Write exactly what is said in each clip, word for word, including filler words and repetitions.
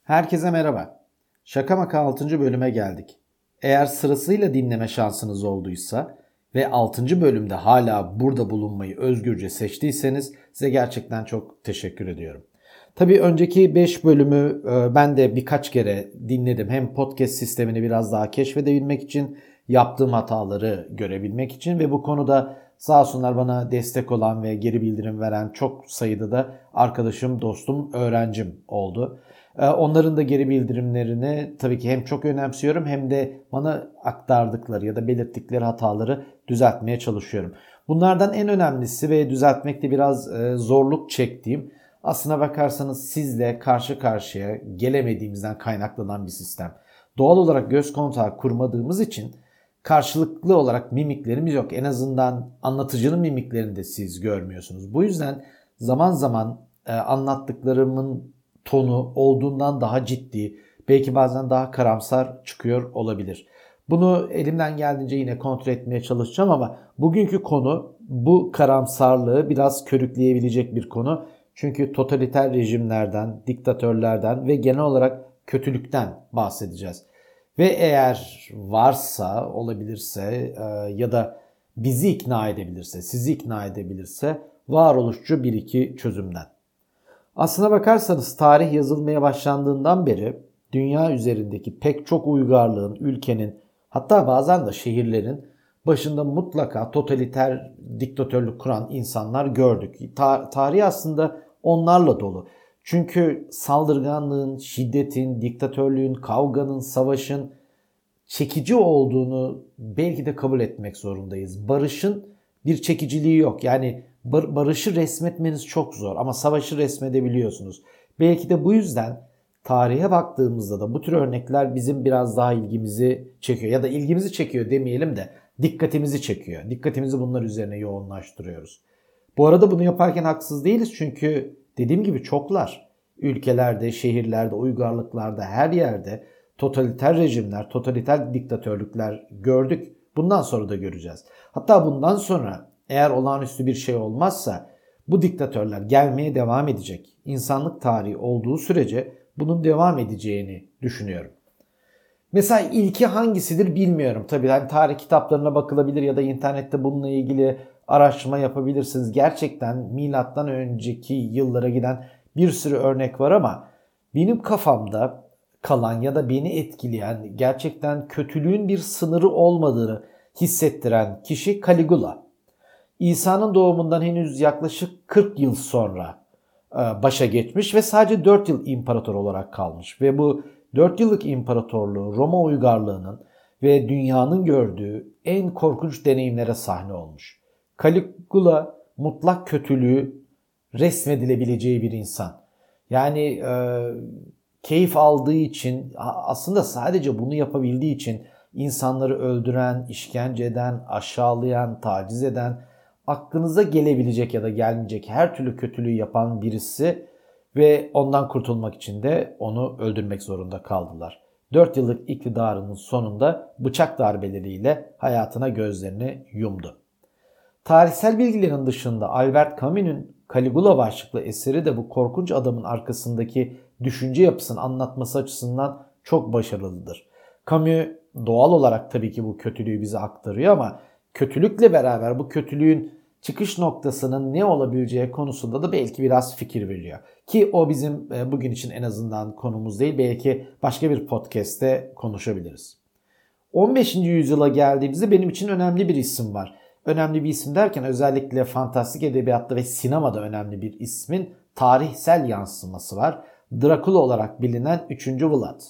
Herkese merhaba. Şaka Maka altıncı bölüme geldik. Eğer sırasıyla dinleme şansınız olduysa ve altıncı bölümde hala burada bulunmayı özgürce seçtiyseniz size gerçekten çok teşekkür ediyorum. Tabii önceki beş bölümü ben de birkaç kere dinledim. Hem podcast sistemini biraz daha keşfedebilmek için, yaptığım hataları görebilmek için ve bu konuda sağ olsunlar bana destek olan ve geri bildirim veren çok sayıda da arkadaşım, dostum, öğrencim oldu. Onların da geri bildirimlerini tabii ki hem çok önemsiyorum hem de bana aktardıkları ya da belirttikleri hataları düzeltmeye çalışıyorum. Bunlardan en önemlisi ve düzeltmekte biraz zorluk çektiğim, aslına bakarsanız sizle karşı karşıya gelemediğimizden kaynaklanan bir sistem. Doğal olarak göz kontağı kurmadığımız için karşılıklı olarak mimiklerimiz yok. En azından anlatıcının mimiklerini de siz görmüyorsunuz. Bu yüzden zaman zaman anlattıklarımın tonu olduğundan daha ciddi, belki bazen daha karamsar çıkıyor olabilir. Bunu elimden geldiğince yine kontrol etmeye çalışacağım ama bugünkü konu bu karamsarlığı biraz körükleyebilecek bir konu. Çünkü totaliter rejimlerden, diktatörlerden ve genel olarak kötülükten bahsedeceğiz. Ve eğer varsa, olabilirse ya da bizi ikna edebilirse, sizi ikna edebilirse varoluşçu bir iki çözümden. Aslına bakarsanız tarih yazılmaya başlandığından beri dünya üzerindeki pek çok uygarlığın, ülkenin, hatta bazen de şehirlerin başında mutlaka totaliter diktatörlük kuran insanlar gördük. Ta- tarih aslında onlarla dolu. Çünkü saldırganlığın, şiddetin, diktatörlüğün, kavganın, savaşın çekici olduğunu belki de kabul etmek zorundayız. Barışın bir çekiciliği yok. Yani bar- barışı resmetmeniz çok zor ama savaşı resmedebiliyorsunuz. Belki de bu yüzden tarihe baktığımızda da bu tür örnekler bizim biraz daha ilgimizi çekiyor. Ya da ilgimizi çekiyor demeyelim de dikkatimizi çekiyor. Dikkatimizi bunlar üzerine yoğunlaştırıyoruz. Bu arada bunu yaparken haksız değiliz çünkü dediğim gibi çoklar. Ülkelerde, şehirlerde, uygarlıklarda, her yerde totaliter rejimler, totaliter diktatörlükler gördük. Bundan sonra da göreceğiz. Hatta bundan sonra eğer olağanüstü bir şey olmazsa bu diktatörler gelmeye devam edecek. İnsanlık tarihi olduğu sürece bunun devam edeceğini düşünüyorum. Mesela ilki hangisidir bilmiyorum. Tabii yani tarih kitaplarına bakılabilir ya da internette bununla ilgili araştırma yapabilirsiniz. Gerçekten milattan önceki yıllara giden bir sürü örnek var ama benim kafamda kalan ya da beni etkileyen, gerçekten kötülüğün bir sınırı olmadığını hissettiren kişi Caligula. İsa'nın doğumundan henüz yaklaşık kırk yıl sonra başa geçmiş ve sadece dört yıl imparator olarak kalmış. Ve bu dört yıllık imparatorluğu Roma uygarlığının ve dünyanın gördüğü en korkunç deneyimlere sahne olmuş. Caligula mutlak kötülüğü resmedilebileceği bir insan. Yani e, keyif aldığı için, aslında sadece bunu yapabildiği için insanları öldüren, işkence eden, aşağılayan, taciz eden, aklınıza gelebilecek ya da gelmeyecek her türlü kötülüğü yapan birisi ve ondan kurtulmak için de onu öldürmek zorunda kaldılar. dört yıllık iktidarının sonunda bıçak darbeleriyle hayatına gözlerini yumdu. Tarihsel bilgilerin dışında Albert Camus'un Caligula başlıklı eseri de bu korkunç adamın arkasındaki düşünce yapısını anlatması açısından çok başarılıdır. Camus doğal olarak tabii ki bu kötülüğü bize aktarıyor ama kötülükle beraber bu kötülüğün çıkış noktasının ne olabileceği konusunda da belki biraz fikir veriyor. Ki o bizim bugün için en azından konumuz değil. Belki başka bir podcast'te konuşabiliriz. on beşinci yüzyıla geldiğimizde benim için önemli bir isim var. Önemli bir isim derken özellikle fantastik edebiyatta ve sinemada önemli bir ismin tarihsel yansıması var. Dracula olarak bilinen üçüncü Vlad.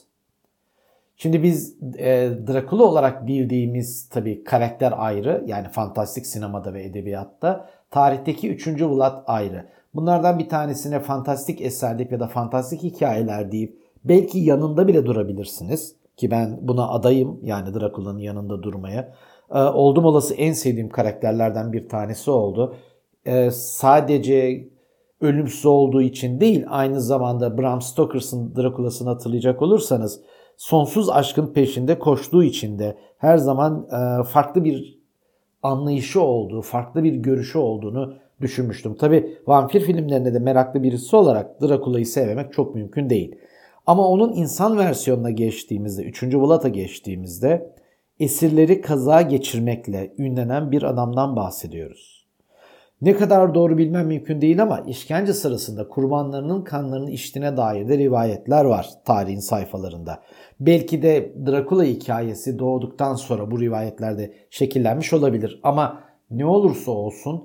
Şimdi biz e, Dracula olarak bildiğimiz tabii karakter ayrı, yani fantastik sinemada ve edebiyatta. Tarihteki üçüncü Vlad ayrı. Bunlardan bir tanesine fantastik eserlik ya da fantastik hikayeler deyip belki yanında bile durabilirsiniz. Ki ben buna adayım, yani Dracula'nın yanında durmaya. E, oldum olası en sevdiğim karakterlerden bir tanesi oldu. E, sadece ölümsüz olduğu için değil, aynı zamanda Bram Stoker'ın Dracula'sını hatırlayacak olursanız sonsuz aşkın peşinde koştuğu için de her zaman farklı bir anlayışı olduğu, farklı bir görüşü olduğunu düşünmüştüm. Tabii vampir filmlerinde de meraklı birisi olarak Dracula'yı sevmemek çok mümkün değil. Ama onun insan versiyonuna geçtiğimizde, üçüncü Vlad'a geçtiğimizde esirleri kaza geçirmekle ünlenen bir adamdan bahsediyoruz. Ne kadar doğru bilmem mümkün değil ama işkence sırasında kurbanlarının kanlarını içtiğine dair de rivayetler var tarihin sayfalarında. Belki de Drakula hikayesi doğduktan sonra bu rivayetlerde şekillenmiş olabilir. Ama ne olursa olsun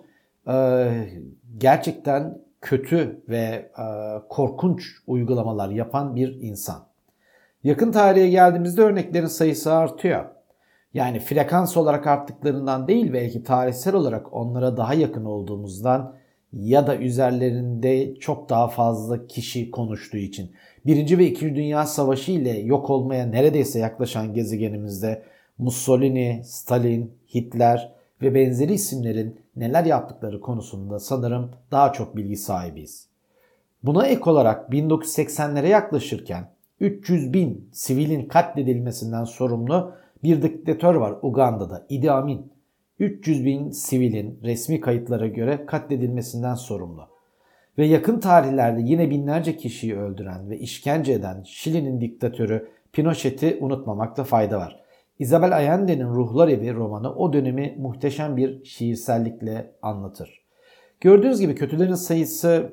gerçekten kötü ve korkunç uygulamalar yapan bir insan. Yakın tarihe geldiğimizde örneklerin sayısı artıyor. Yani frekans olarak arttıklarından değil, belki tarihsel olarak onlara daha yakın olduğumuzdan ya da üzerlerinde çok daha fazla kişi konuştuğu için. Birinci ve İkinci Dünya Savaşı ile yok olmaya neredeyse yaklaşan gezegenimizde Mussolini, Stalin, Hitler ve benzeri isimlerin neler yaptıkları konusunda sanırım daha çok bilgi sahibiyiz. Buna ek olarak bin dokuz yüz seksenlere yaklaşırken üç yüz bin sivilin katledilmesinden sorumlu bir diktatör var Uganda'da, Idi Amin. üç yüz bin sivilin resmi kayıtlara göre katledilmesinden sorumlu. Ve yakın tarihlerde yine binlerce kişiyi öldüren ve işkence eden Şili'nin diktatörü Pinochet'i unutmamakta fayda var. Isabel Allende'nin Ruhlar Evi romanı o dönemi muhteşem bir şiirsellikle anlatır. Gördüğünüz gibi kötülerin sayısı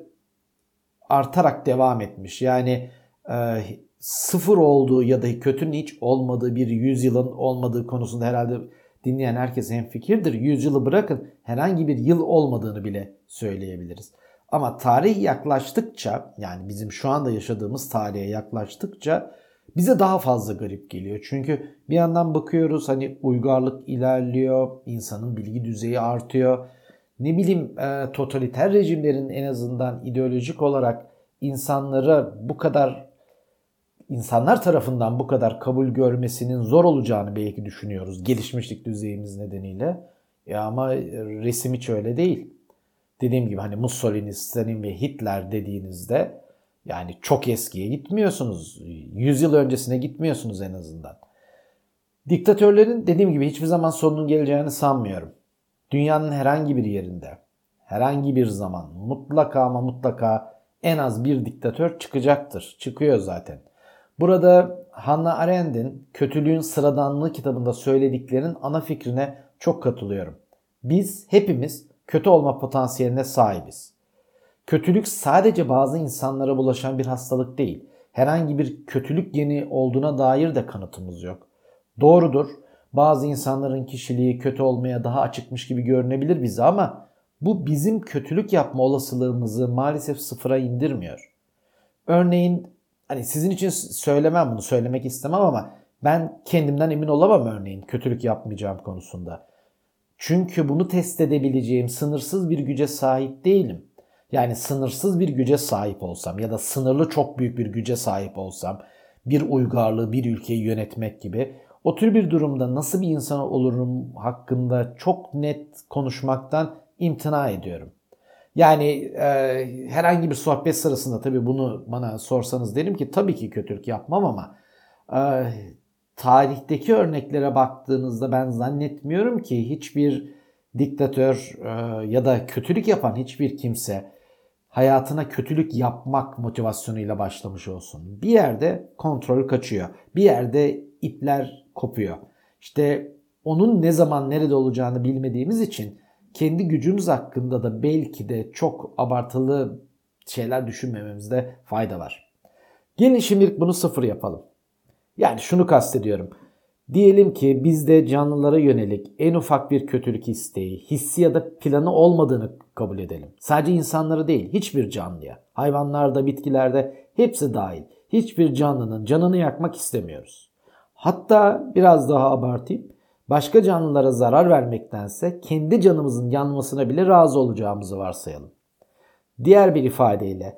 artarak devam etmiş. Yani e, sıfır olduğu ya da kötünün hiç olmadığı bir yüzyılın olmadığı konusunda herhalde dinleyen herkes hemfikirdir. Yüzyılı bırakın, herhangi bir yıl olmadığını bile söyleyebiliriz. Ama tarih yaklaştıkça, yani bizim şu anda yaşadığımız tarihe yaklaştıkça bize daha fazla garip geliyor. Çünkü bir yandan bakıyoruz, hani uygarlık ilerliyor, insanın bilgi düzeyi artıyor. Ne bileyim e, totaliter rejimlerin en azından ideolojik olarak insanlara bu kadar, insanlar tarafından bu kadar kabul görmesinin zor olacağını belki düşünüyoruz gelişmişlik düzeyimiz nedeniyle. Ya ama resim hiç öyle değil. Dediğim gibi hani Mussolini, Stalin ve Hitler dediğinizde yani çok eskiye gitmiyorsunuz. yüz yıl öncesine gitmiyorsunuz en azından. Diktatörlerin dediğim gibi hiçbir zaman sonunun geleceğini sanmıyorum. Dünyanın herhangi bir yerinde, herhangi bir zaman mutlaka ama mutlaka en az bir diktatör çıkacaktır. Çıkıyor zaten. Burada Hannah Arendt'in Kötülüğün Sıradanlığı kitabında söylediklerinin ana fikrine çok katılıyorum. Biz hepimiz kötü olma potansiyeline sahibiz. Kötülük sadece bazı insanlara bulaşan bir hastalık değil. Herhangi bir kötülük geni olduğuna dair de kanıtımız yok. Doğrudur, bazı insanların kişiliği kötü olmaya daha açıkmış gibi görünebilir bize ama bu bizim kötülük yapma olasılığımızı maalesef sıfıra indirmiyor. Örneğin hani sizin için söylemem, bunu söylemek istemem ama ben kendimden emin olamam örneğin kötülük yapmayacağım konusunda. Çünkü bunu test edebileceğim sınırsız bir güce sahip değilim. Yani sınırsız bir güce sahip olsam ya da sınırlı çok büyük bir güce sahip olsam, bir uygarlığı, bir ülkeyi yönetmek gibi, o tür bir durumda nasıl bir insan olurum hakkında çok net konuşmaktan imtina ediyorum. Yani e, herhangi bir sohbet sırasında tabii bunu bana sorsanız derim ki tabii ki kötülük yapmam ama e, tarihteki örneklere baktığınızda ben zannetmiyorum ki hiçbir diktatör e, ya da kötülük yapan hiçbir kimse hayatına kötülük yapmak motivasyonuyla başlamış olsun. Bir yerde kontrol kaçıyor. Bir yerde ipler kopuyor. İşte onun ne zaman nerede olacağını bilmediğimiz için kendi gücümüz hakkında da belki de çok abartılı şeyler düşünmememizde fayda var. Gelin şimdilik bunu sıfır yapalım. Yani şunu kastediyorum. Diyelim ki bizde canlılara yönelik en ufak bir kötülük isteği, hissi ya da planı olmadığını kabul edelim. Sadece insanları değil, hiçbir canlıya, hayvanlarda, bitkilerde hepsi dahil. Hiçbir canlının canını yakmak istemiyoruz. Hatta biraz daha abartayım, başka canlılara zarar vermektense kendi canımızın yanmasına bile razı olacağımızı varsayalım. Diğer bir ifadeyle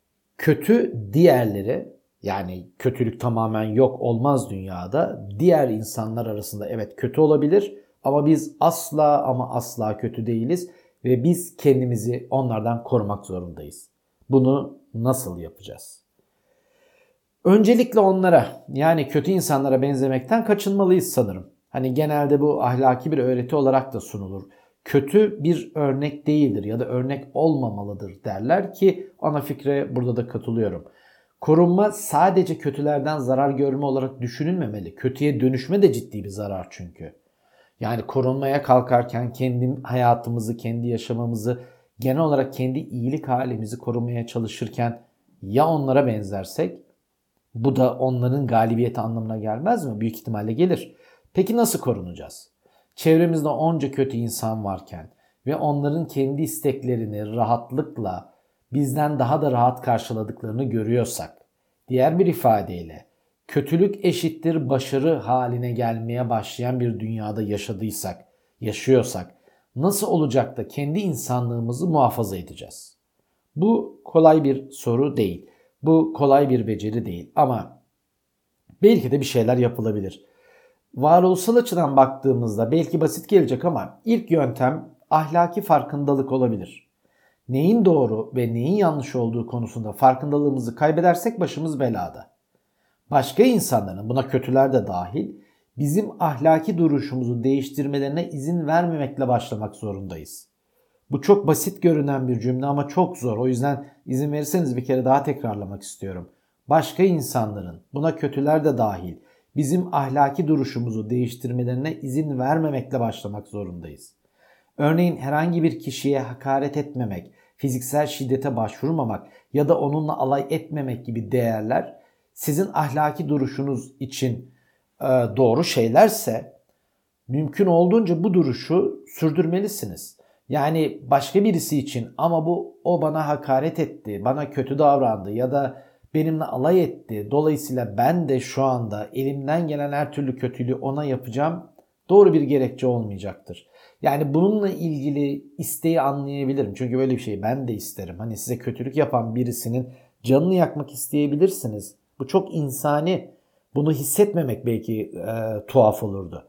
kötü diğerleri, yani kötülük tamamen yok olmaz dünyada. Diğer insanlar arasında evet kötü olabilir ama biz asla ama asla kötü değiliz ve biz kendimizi onlardan korumak zorundayız. Bunu nasıl yapacağız? Öncelikle onlara, yani kötü insanlara benzemekten kaçınmalıyız sanırım. Hani genelde bu ahlaki bir öğreti olarak da sunulur. Kötü bir örnek değildir ya da örnek olmamalıdır derler ki ana fikre burada da katılıyorum. Korunma sadece kötülerden zarar görme olarak düşünülmemeli. Kötüye dönüşme de ciddi bir zarar çünkü. Yani korunmaya kalkarken kendi hayatımızı, kendi yaşamamızı, genel olarak kendi iyilik halimizi korumaya çalışırken ya onlara benzersek, bu da onların galibiyeti anlamına gelmez mi? Büyük ihtimalle gelir. Peki nasıl korunacağız? Çevremizde onca kötü insan varken ve onların kendi isteklerini rahatlıkla bizden daha da rahat karşıladıklarını görüyorsak, diğer bir ifadeyle kötülük eşittir başarı haline gelmeye başlayan bir dünyada yaşadıysak, yaşıyorsak nasıl olacak da kendi insanlığımızı muhafaza edeceğiz? Bu kolay bir soru değil. Bu kolay bir beceri değil ama belki de bir şeyler yapılabilir. Varoluşsal açıdan baktığımızda belki basit gelecek ama ilk yöntem ahlaki farkındalık olabilir. Neyin doğru ve neyin yanlış olduğu konusunda farkındalığımızı kaybedersek başımız belada. Başka insanların, buna kötüler de dahil, bizim ahlaki duruşumuzu değiştirmelerine izin vermemekle başlamak zorundayız. Bu çok basit görünen bir cümle ama çok zor. O yüzden izin verirseniz bir kere daha tekrarlamak istiyorum. Başka insanların, buna kötüler de dahil, bizim ahlaki duruşumuzu değiştirmelerine izin vermemekle başlamak zorundayız. Örneğin herhangi bir kişiye hakaret etmemek, fiziksel şiddete başvurmamak ya da onunla alay etmemek gibi değerler sizin ahlaki duruşunuz için e, doğru şeylerse mümkün olduğunca bu duruşu sürdürmelisiniz. Yani başka birisi için ama bu o bana hakaret etti, bana kötü davrandı ya da benimle alay etti. Dolayısıyla ben de şu anda elimden gelen her türlü kötülüğü ona yapacağım. Doğru bir gerekçe olmayacaktır. Yani bununla ilgili isteği anlayabilirim. Çünkü böyle bir şeyi ben de isterim. Hani size kötülük yapan birisinin canını yakmak isteyebilirsiniz. Bu çok insani. Bunu hissetmemek belki e, tuhaf olurdu.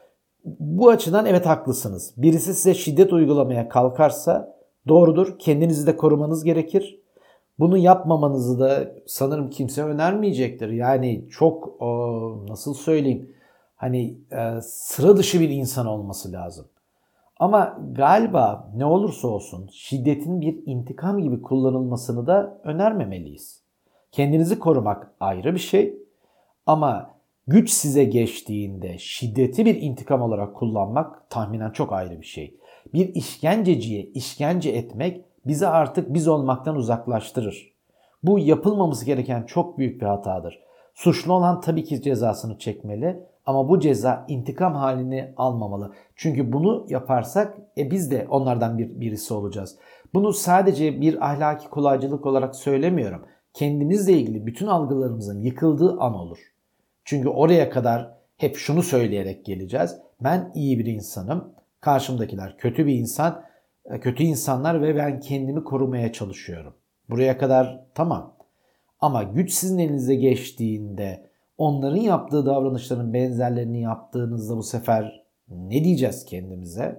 Bu açıdan evet haklısınız. Birisi size şiddet uygulamaya kalkarsa doğrudur. Kendinizi de korumanız gerekir. Bunu yapmamanızı da sanırım kimse önermeyecektir. Yani çok o, nasıl söyleyeyim hani e, sıra dışı bir insan olması lazım. Ama galiba ne olursa olsun şiddetin bir intikam gibi kullanılmasını da önermemeliyiz. Kendinizi korumak ayrı bir şey ama güç size geçtiğinde şiddeti bir intikam olarak kullanmak tahminen çok ayrı bir şey. Bir işkenceciye işkence etmek bizi artık biz olmaktan uzaklaştırır. Bu yapılmaması gereken çok büyük bir hatadır. Suçlu olan tabii ki cezasını çekmeli ama bu ceza intikam halini almamalı. Çünkü bunu yaparsak e, biz de onlardan bir, birisi olacağız. Bunu sadece bir ahlaki kolaycılık olarak söylemiyorum. Kendimizle ilgili bütün algılarımızın yıkıldığı an olur. Çünkü oraya kadar hep şunu söyleyerek geleceğiz. Ben iyi bir insanım. Karşımdakiler kötü bir insan, kötü insanlar ve ben kendimi korumaya çalışıyorum. Buraya kadar tamam. Ama güç sizin elinize geçtiğinde onların yaptığı davranışların benzerlerini yaptığınızda bu sefer ne diyeceğiz kendimize?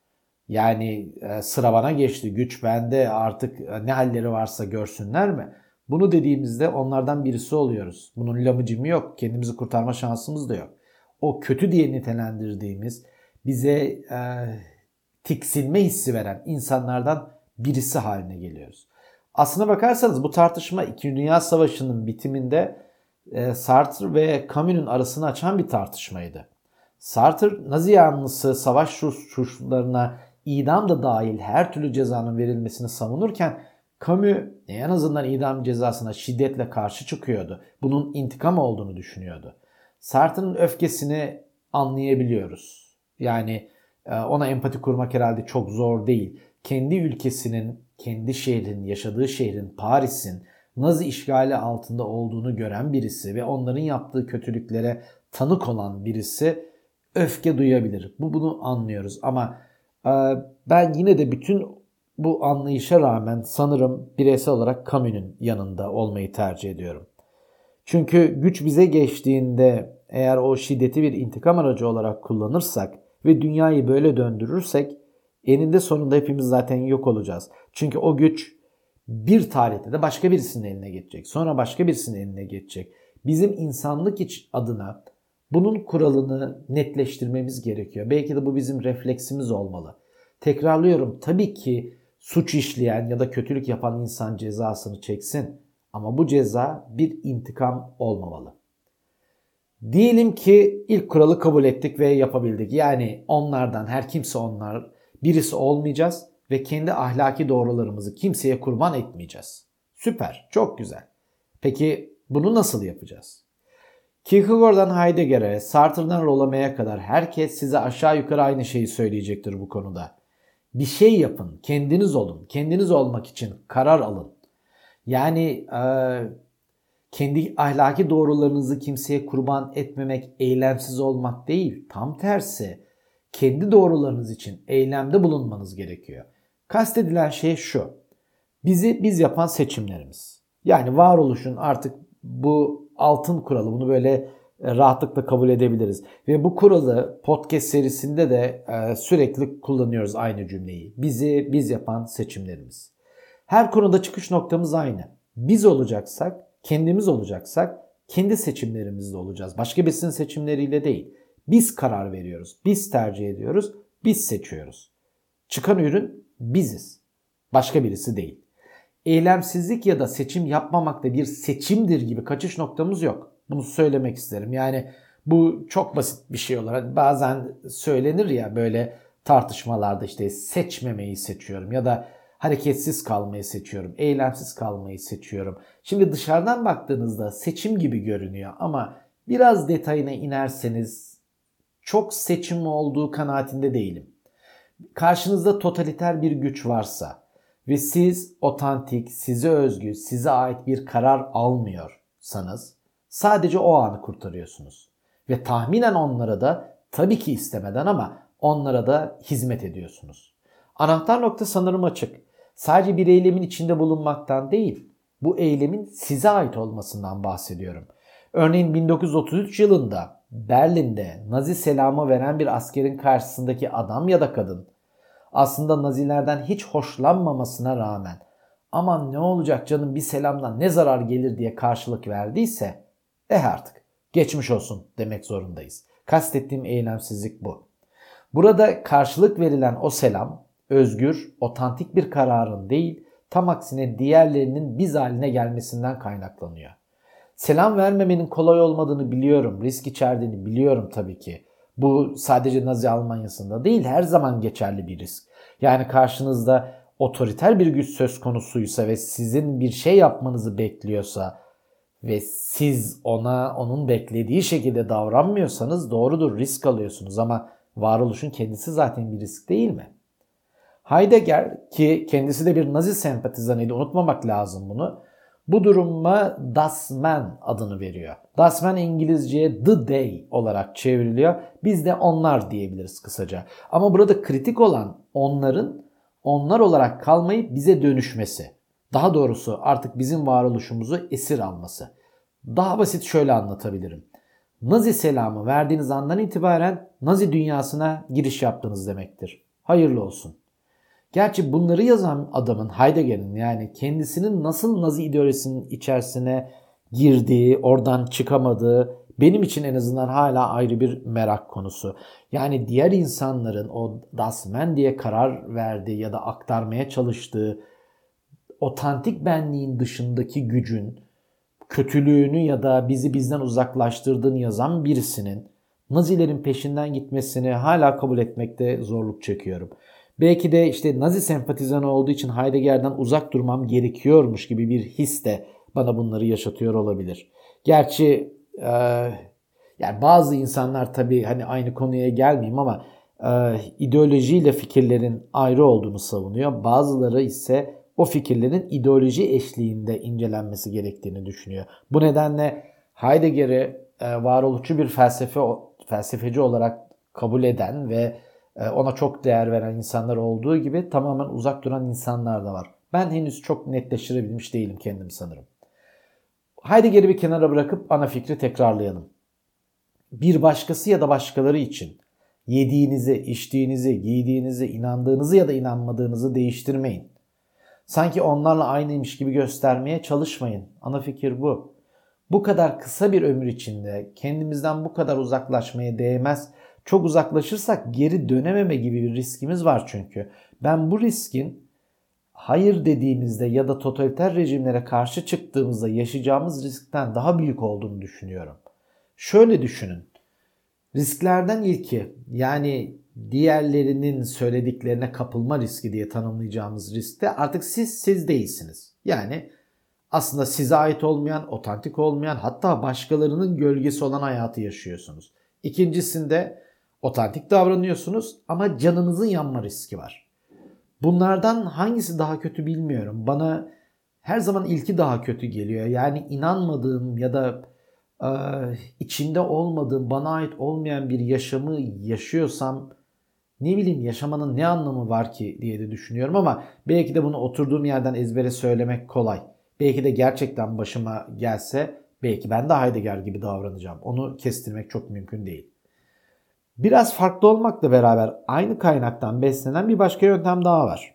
Yani sıra bana geçti, güç bende, artık ne halleri varsa görsünler mi? Bunu dediğimizde onlardan birisi oluyoruz. Bunun lamıcımı yok. Kendimizi kurtarma şansımız da yok. O kötü diye nitelendirdiğimiz, bize e, tiksinme hissi veren insanlardan birisi haline geliyoruz. Aslına bakarsanız bu tartışma İkinci Dünya Savaşı'nın bitiminde e, Sartre ve Camus'un arasını açan bir tartışmaydı. Sartre, Nazi yanlısı savaş suçlularına idam da dahil her türlü cezanın verilmesini savunurken Camus en azından idam cezasına şiddetle karşı çıkıyordu. Bunun intikam olduğunu düşünüyordu. Sartre'ın öfkesini anlayabiliyoruz. Yani ona empati kurmak herhalde çok zor değil. Kendi ülkesinin, kendi şehrin, yaşadığı şehrin, Paris'in Nazi işgali altında olduğunu gören birisi ve onların yaptığı kötülüklere tanık olan birisi öfke duyabilir. Bu bunu anlıyoruz ama ben yine de bütün bu anlayışa rağmen sanırım bireysel olarak Camus'un yanında olmayı tercih ediyorum. Çünkü güç bize geçtiğinde eğer o şiddeti bir intikam aracı olarak kullanırsak ve dünyayı böyle döndürürsek eninde sonunda hepimiz zaten yok olacağız. Çünkü o güç bir tarihte de başka birisinin eline geçecek. Sonra başka birisinin eline geçecek. Bizim insanlık iç adına bunun kuralını netleştirmemiz gerekiyor. Belki de bu bizim refleksimiz olmalı. Tekrarlıyorum, tabii ki suç işleyen ya da kötülük yapan insan cezasını çeksin. Ama bu ceza bir intikam olmamalı. Diyelim ki ilk kuralı kabul ettik ve yapabildik. Yani onlardan, her kimse onlar, birisi olmayacağız ve kendi ahlaki doğrularımızı kimseye kurban etmeyeceğiz. Süper, çok güzel. Peki bunu nasıl yapacağız? Kierkegaard'dan Heidegger'e, Sartre'dan Rollama'ya kadar herkes size aşağı yukarı aynı şeyi söyleyecektir bu konuda. Bir şey yapın, kendiniz olun, kendiniz olmak için karar alın. Yani e, kendi ahlaki doğrularınızı kimseye kurban etmemek, eylemsiz olmak değil. Tam tersi, kendi doğrularınız için eylemde bulunmanız gerekiyor. Kastedilen şey şu, bizi biz yapan seçimlerimiz. Yani varoluşun artık bu altın kuralı, bunu böyle rahatlıkla kabul edebiliriz. Ve bu kuralı podcast serisinde de sürekli kullanıyoruz aynı cümleyi. Bizi biz yapan seçimlerimiz. Her konuda çıkış noktamız aynı. Biz olacaksak, kendimiz olacaksak kendi seçimlerimizle olacağız. Başka birisinin seçimleriyle değil. Biz karar veriyoruz, biz tercih ediyoruz, biz seçiyoruz. Çıkan ürün biziz. Başka birisi değil. Eylemsizlik ya da seçim yapmamak da bir seçimdir gibi kaçış noktamız yok. Bunu söylemek isterim. Yani bu çok basit bir şey olarak bazen söylenir ya böyle tartışmalarda, işte seçmemeyi seçiyorum ya da hareketsiz kalmayı seçiyorum, eylemsiz kalmayı seçiyorum. Şimdi dışarıdan baktığınızda seçim gibi görünüyor ama biraz detayına inerseniz çok seçim olduğu kanaatinde değilim. Karşınızda totaliter bir güç varsa ve siz otantik, size özgü, size ait bir karar almıyorsanız sadece o anı kurtarıyorsunuz. Ve tahminen onlara da, tabii ki istemeden ama onlara da hizmet ediyorsunuz. Anahtar nokta sanırım açık. Sadece bir eylemin içinde bulunmaktan değil, bu eylemin size ait olmasından bahsediyorum. Örneğin bin dokuz yüz otuz üç yılında Berlin'de Nazi selamı veren bir askerin karşısındaki adam ya da kadın aslında Nazilerden hiç hoşlanmamasına rağmen aman ne olacak canım, bir selamdan ne zarar gelir diye karşılık verdiyse eh artık geçmiş olsun demek zorundayız. Kastettiğim eylemsizlik bu. Burada karşılık verilen o selam özgür, otantik bir kararın değil, tam aksine diğerlerinin biz haline gelmesinden kaynaklanıyor. Selam vermemenin kolay olmadığını biliyorum, risk içerdiğini biliyorum tabii ki. Bu sadece Nazi Almanya'sında değil, her zaman geçerli bir risk. Yani karşınızda otoriter bir güç söz konusuysa ve sizin bir şey yapmanızı bekliyorsa ve siz ona onun beklediği şekilde davranmıyorsanız doğrudur, risk alıyorsunuz ama varoluşun kendisi zaten bir risk değil mi? Heidegger, ki kendisi de bir Nazi sempatizanıydı, unutmamak lazım bunu, bu duruma Das Man adını veriyor. Das Man İngilizceye The They olarak çevriliyor. Biz de onlar diyebiliriz kısaca. Ama burada kritik olan onların onlar olarak kalmayıp bize dönüşmesi. Daha doğrusu artık bizim varoluşumuzu esir alması. Daha basit şöyle anlatabilirim. Nazi selamı verdiğiniz andan itibaren Nazi dünyasına giriş yaptınız demektir. Hayırlı olsun. Gerçi bunları yazan adamın, Heidegger'in, yani kendisinin nasıl Nazi ideolojisinin içerisine girdiği, oradan çıkamadığı benim için en azından hala ayrı bir merak konusu. Yani diğer insanların o Das Man diye karar verdiği ya da aktarmaya çalıştığı otantik benliğin dışındaki gücün kötülüğünü ya da bizi bizden uzaklaştırdığını yazan birisinin Nazilerin peşinden gitmesini hala kabul etmekte zorluk çekiyorum. Belki de işte Nazi sempatizanı olduğu için Heidegger'den uzak durmam gerekiyormuş gibi bir his de bana bunları yaşatıyor olabilir. Gerçi e, yani bazı insanlar tabii hani aynı konuya gelmeyeyim ama e, ideolojiyle fikirlerin ayrı olduğunu savunuyor. Bazıları ise o fikirlerin ideoloji eşliğinde incelenmesi gerektiğini düşünüyor. Bu nedenle Heidegger'i e, varoluşçu bir felsefe felsefeci olarak kabul eden ve ona çok değer veren insanlar olduğu gibi tamamen uzak duran insanlar da var. Ben henüz çok netleştirebilmiş değilim kendimi sanırım. Heidegger'i bir kenara bırakıp ana fikri tekrarlayalım. Bir başkası ya da başkaları için yediğinizi, içtiğinizi, giydiğinizi, inandığınızı ya da inanmadığınızı değiştirmeyin. Sanki onlarla aynıymış gibi göstermeye çalışmayın. Ana fikir bu. Bu kadar kısa bir ömür içinde kendimizden bu kadar uzaklaşmaya değmez. Çok uzaklaşırsak geri dönememe gibi bir riskimiz var çünkü. Ben bu riskin hayır dediğimizde ya da totaliter rejimlere karşı çıktığımızda yaşayacağımız riskten daha büyük olduğunu düşünüyorum. Şöyle düşünün. Risklerden ilki, yani diğerlerinin söylediklerine kapılma riski diye tanımlayacağımız riskte artık siz siz değilsiniz. Yani aslında size ait olmayan, otantik olmayan, hatta başkalarının gölgesi olan hayatı yaşıyorsunuz. İkincisinde otantik davranıyorsunuz ama canınızın yanma riski var. Bunlardan hangisi daha kötü bilmiyorum. Bana her zaman ilki daha kötü geliyor. Yani inanmadığım ya da e, içinde olmadığım, bana ait olmayan bir yaşamı yaşıyorsam ne bileyim yaşamanın ne anlamı var ki diye de düşünüyorum ama belki de bunu oturduğum yerden ezbere söylemek kolay. Belki de gerçekten başıma gelse belki ben de Heidegger gibi davranacağım. Onu kestirmek çok mümkün değil. Biraz farklı olmakla beraber aynı kaynaktan beslenen bir başka yöntem daha var.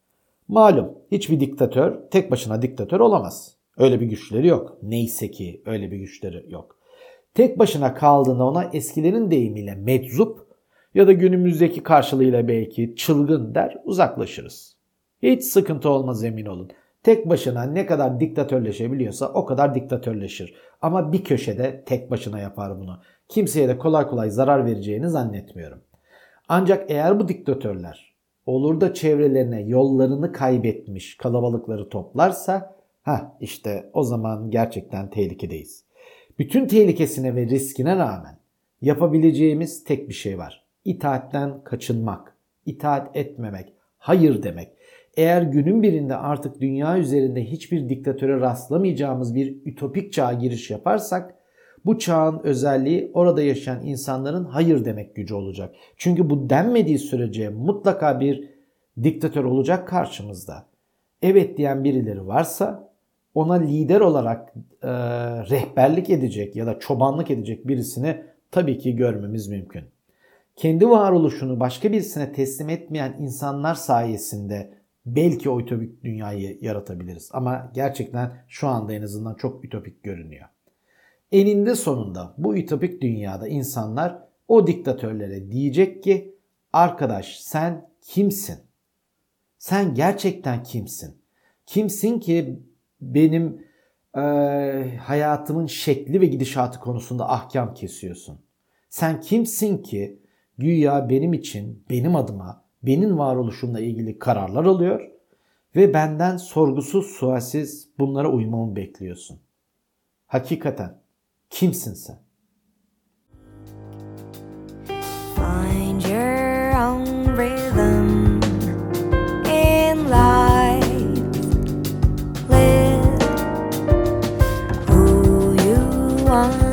Malum hiçbir diktatör tek başına diktatör olamaz. Öyle bir güçleri yok. Neyse ki öyle bir güçleri yok. Tek başına kaldığında ona eskilerin deyimiyle meczup ya da günümüzdeki karşılığıyla belki çılgın der, uzaklaşırız. Hiç sıkıntı olmaz, emin olun. Tek başına ne kadar diktatörleşebiliyorsa o kadar diktatörleşir. Ama bir köşede tek başına yapar bunu. Kimseye de kolay kolay zarar vereceğini zannetmiyorum. Ancak eğer bu diktatörler olur da çevrelerine yollarını kaybetmiş kalabalıkları toplarsa, ha işte o zaman gerçekten tehlikedeyiz. Bütün tehlikesine ve riskine rağmen yapabileceğimiz tek bir şey var. İtaatten kaçınmak, itaat etmemek, hayır demek. Eğer günün birinde artık dünya üzerinde hiçbir diktatöre rastlamayacağımız bir ütopik çağa giriş yaparsak, bu çağın özelliği orada yaşayan insanların hayır demek gücü olacak. Çünkü bu denmediği sürece mutlaka bir diktatör olacak karşımızda. Evet diyen birileri varsa ona lider olarak e, rehberlik edecek ya da çobanlık edecek birisini tabii ki görmemiz mümkün. Kendi varoluşunu başka birisine teslim etmeyen insanlar sayesinde belki o ütopik dünyayı yaratabiliriz. Ama gerçekten şu anda en azından çok ütopik görünüyor. Eninde sonunda bu ütopik dünyada insanlar o diktatörlere diyecek ki, arkadaş sen kimsin? Sen gerçekten kimsin? Kimsin ki benim e, hayatımın şekli ve gidişatı konusunda ahkam kesiyorsun? Sen kimsin ki güya benim için, benim adıma, benim varoluşumla ilgili kararlar alıyor ve benden sorgusuz sualsiz bunlara uymamı bekliyorsun? Hakikaten kimsin sen? Find your own rhythm in life. Live who you want.